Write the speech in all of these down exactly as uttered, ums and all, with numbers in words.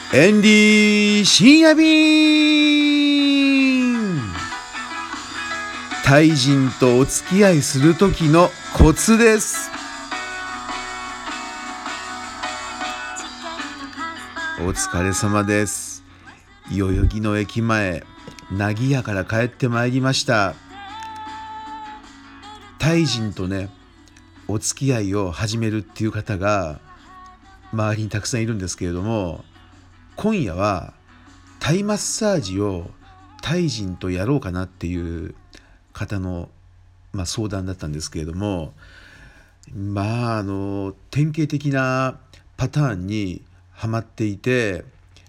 エンディ深夜便。タイ人とお付き合いする時のコツです。お疲れ様です。代々木の駅前、名古屋から帰ってまいりました。タイ人とねお付き合いを始めるっていう方が周りにたくさんいるんですけれども、今夜はタイマッサージをタイ人とやろうかなっていう方の、まあ、相談だったんですけれども、まああの典型的なパターンにはまっていて、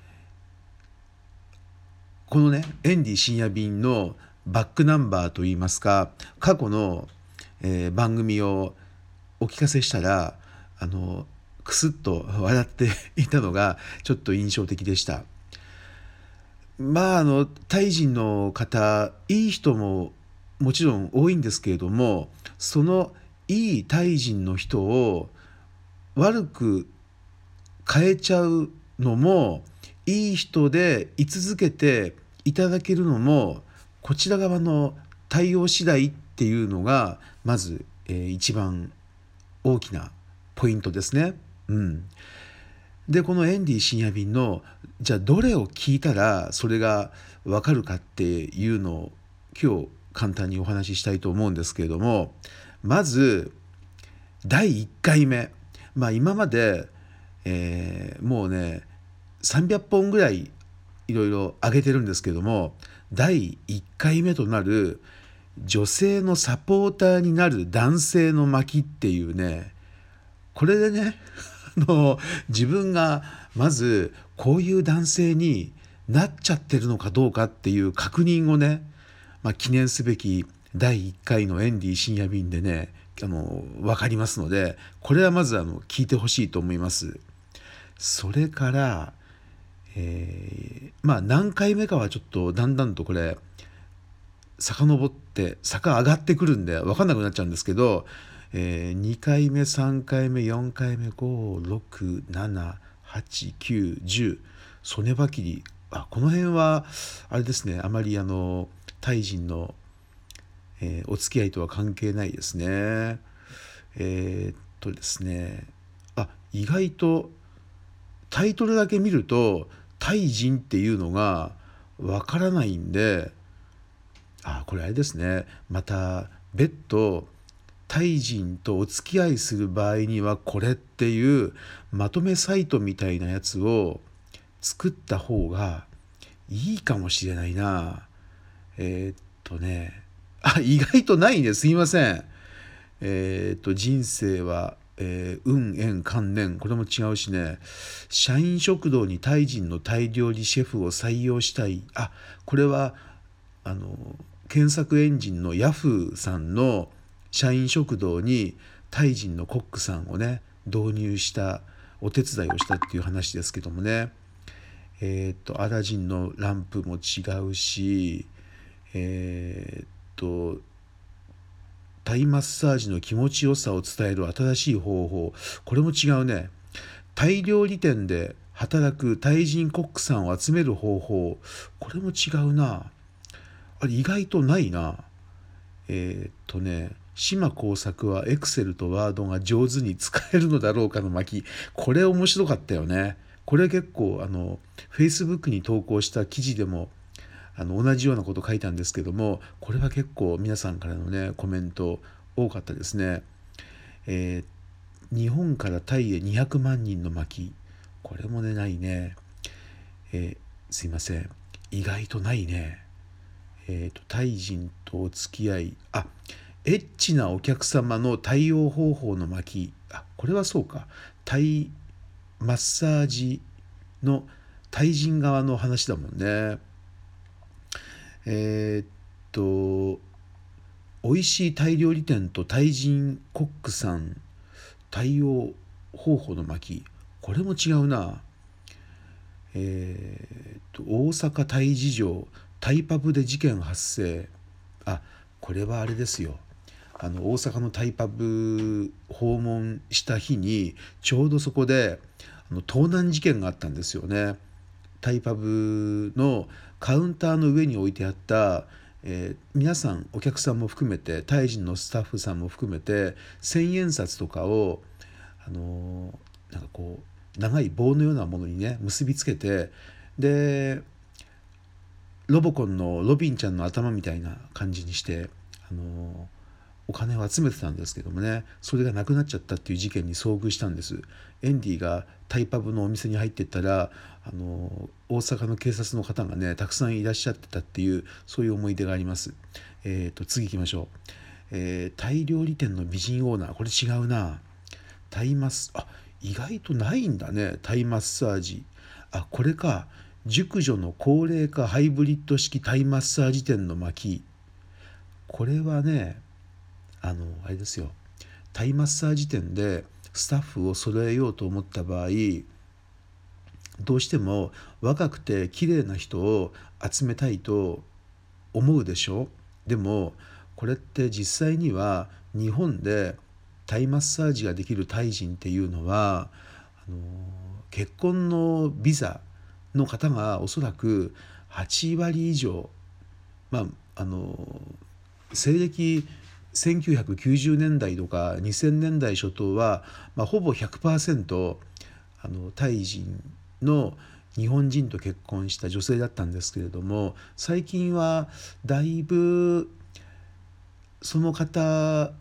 このねエンディ深夜便のバックナンバーといいますか、過去の、えー番組をお聞かせしたら、あのクスッと笑っていたのがちょっと印象的でした。まああのタイ人の方、いい人ももちろん多いんですけれども、そのいいタイ人の人を悪く変えちゃうのも、いい人で居続けていただけるのも、こちら側の対応次第っていうのがまず、えー一番大きなポイントですね。うん、でこのエンディ深夜便の、じゃあどれを聞いたらそれが分かるかっていうのを今日簡単にお話ししたいと思うんですけれども、まずだいいっかいめ、まあ今まで、えーもうねさんびゃっぽんぐらいいろいろ上げてるんですけども、だいいっかいめとなる女性のサポーターになる男性の巻っていうね、これでねあの自分がまずこういう男性になっちゃってるのかどうかっていう確認をね、まあ、記念すべきだいいっかいのエンディ深夜便でねあの分かりますので、これはまずあの聞いてほしいと思います。それから、えーまあ何回目かはちょっとだんだんとこれ遡って坂上がってくるんで分かんなくなっちゃうんですけど、えー、にかいめさんかいめよんかいめごろくななはちきゅうじゅう、曽根ばきり、あこの辺はあれですね、あまりあのタイ人の、えーお付き合いとは関係ないですね。えーっとですねあ意外とタイトルだけ見るとタイ人っていうのがわからないんで、あこれあれですね、また別途タイ人とお付き合いする場合にはこれっていうまとめサイトみたいなやつを作った方がいいかもしれないな。えーっとねあ意外とないんですいません。えーっと人生は、えー運縁観念、これも違うしね、社員食堂にタイ人のタイ料理シェフを採用したい、あこれはあの検索エンジンのヤフーさんの社員食堂にタイ人のコックさんをね導入したお手伝いをしたっていう話ですけどもね、えっ、とアラジンのランプも違うし、えっ、とタイマッサージの気持ちよさを伝える新しい方法、これも違うね。タイ料理店で働くタイ人コックさんを集める方法、これも違うな。あれ意外とないな。えーっとね島耕作はエクセルとワードが上手に使えるのだろうかの巻、これ面白かったよね。これ結構あのフェイスブックに投稿した記事でもあの同じようなこと書いたんですけども、これは結構皆さんからのねコメント多かったですね。えー日本からタイへにひゃくまん人の巻、これもねないね。えーすいません、意外とないね。えーとタイ人とお付き合い、あエッチなお客様の対応方法の巻、あこれはそうか、タイマッサージのタイ人側の話だもんね。えーっと美味しいタイ料理店とタイ人コックさん対応方法の巻、これも違うな。えーと大阪タイ事情、タイパブで事件発生、あこれはあれですよ、あの大阪のタイパブ訪問した日にちょうどそこであの盗難事件があったんですよね。 タイパブのカウンターの上に置いてあった、えー皆さんお客さんも含めてタイ人のスタッフさんも含めて千円札とかを、あのーなんかこう長い棒のようなものにね結びつけて、でロボコンのロビンちゃんの頭みたいな感じにして、あのーお金を集めてたんですけどもね、それがなくなっちゃったっていう事件に遭遇したんです。エンディがタイパブのお店に入ってったら、あの大阪の警察の方がねたくさんいらっしゃってたっていう、そういう思い出があります。えー、と次行きましょう。えータイ料理店の美人オーナー、これ違うな。タイマスあ意外とないんだね、タイマッサージ。あこれか。熟女の高齢化ハイブリッド式タイマッサージ店の巻。これはね、あのあれですよ、タイマッサージ店でスタッフを揃えようと思った場合、どうしても若くて綺麗な人を集めたいと思うでしょ。でもこれって実際には日本でタイマッサージができるタイ人っていうのは、あの結婚のビザの方がおそらくはちわり以上、まああの西暦せんきゅうひゃくきゅうじゅうねんだいとかにせんねんだい初頭は、まあ、ほぼ ひゃくパーセント あのタイ人の日本人と結婚した女性だったんですけれども、最近はだいぶその方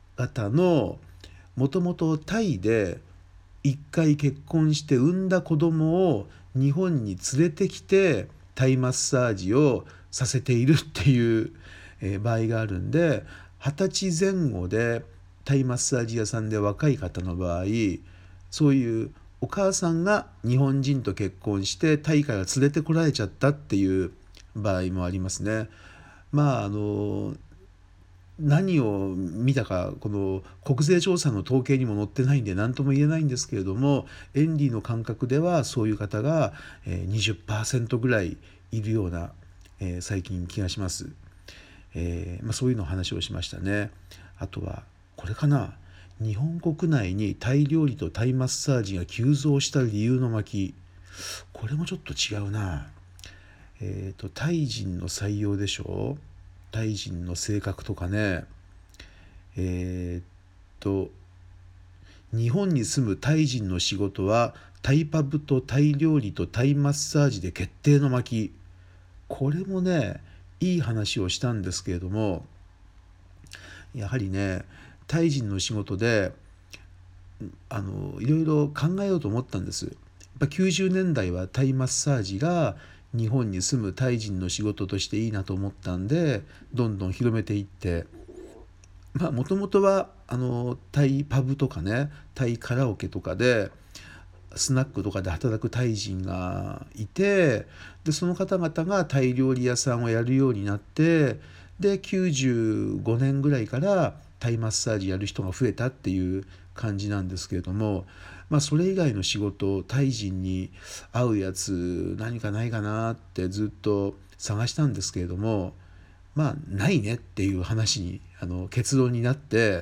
々のもともとタイで一回結婚して産んだ子供を日本に連れてきてタイマッサージをさせているっていうえー場合があるんで、はたちぜん後でタイマッサージ屋さんで若い方の場合、そういうお母さんが日本人と結婚してタイから連れてこられちゃったっていう場合もありますね。まああの何を見たかこの国税調査の統計にも載ってないんで何とも言えないんですけれども、エンリーの感覚ではそういう方がえーにじゅっパーセントぐらいいるような、えー最近気がします。えーまあ、そういうの話をしましたね。あとはこれかな。日本国内にタイ料理とタイマッサージが急増した理由の巻。これもちょっと違うな。えっ、とタイ人の採用でしょ。タイ人の性格とかね。えっ、と日本に住むタイ人の仕事はタイパブとタイ料理とタイマッサージで決定の巻。これもねいい話をしたんですけれども、やはりねタイ人の仕事であのいろいろ考えようと思ったんです。やっぱきゅうじゅうねんだいはタイマッサージが日本に住むタイ人の仕事としていいなと思ったんで、どんどん広めていって、まあもともとはあのタイパブとかねタイカラオケとかでスナックとかで働くタイ人がいて、でその方々がタイ料理屋さんをやるようになって、できゅうじゅうごねんぐらいからタイマッサージやる人が増えたっていう感じなんですけれども、まあそれ以外の仕事、タイ人に合うやつ何かないかなってずっと探したんですけれども、まあないねっていう話にあの結論になって、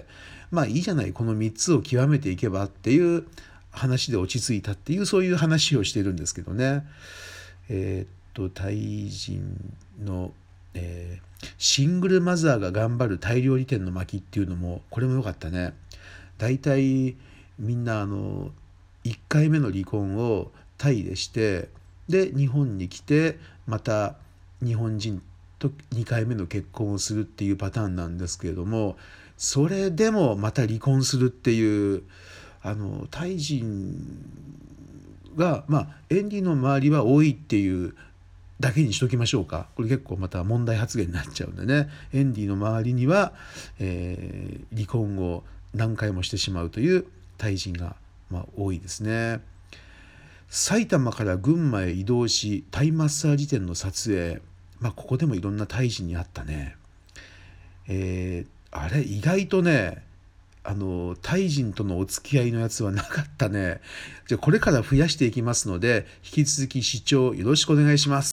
まあいいじゃないこのみっつを極めていけばっていう話で落ち着いたっていう、そういう話をしているんですけどね。えーっとタイ人の、えーシングルマザーが頑張るタイ料理店の巻っていうのもこれも良かったね。だいたいみんなあのいっかいめの離婚をタイでして、で日本に来てまた日本人とにかいめの結婚をするっていうパターンなんですけれども、それでもまた離婚するっていう、あのタイ人がまあエンディの周りは多いっていうだけにしときましょうか。これ結構また問題発言になっちゃうんでね。エンディの周りには、えー離婚を何回もしてしまうというタイ人が、まあ、多いですね。埼玉から群馬へ移動しタイマッサージ店の撮影、まあここでもいろんなタイ人に会ったね。えーあれ意外とねあのタイ人とのお付き合いのやつはなかったね。じゃあこれから増やしていきますので、引き続き視聴よろしくお願いします。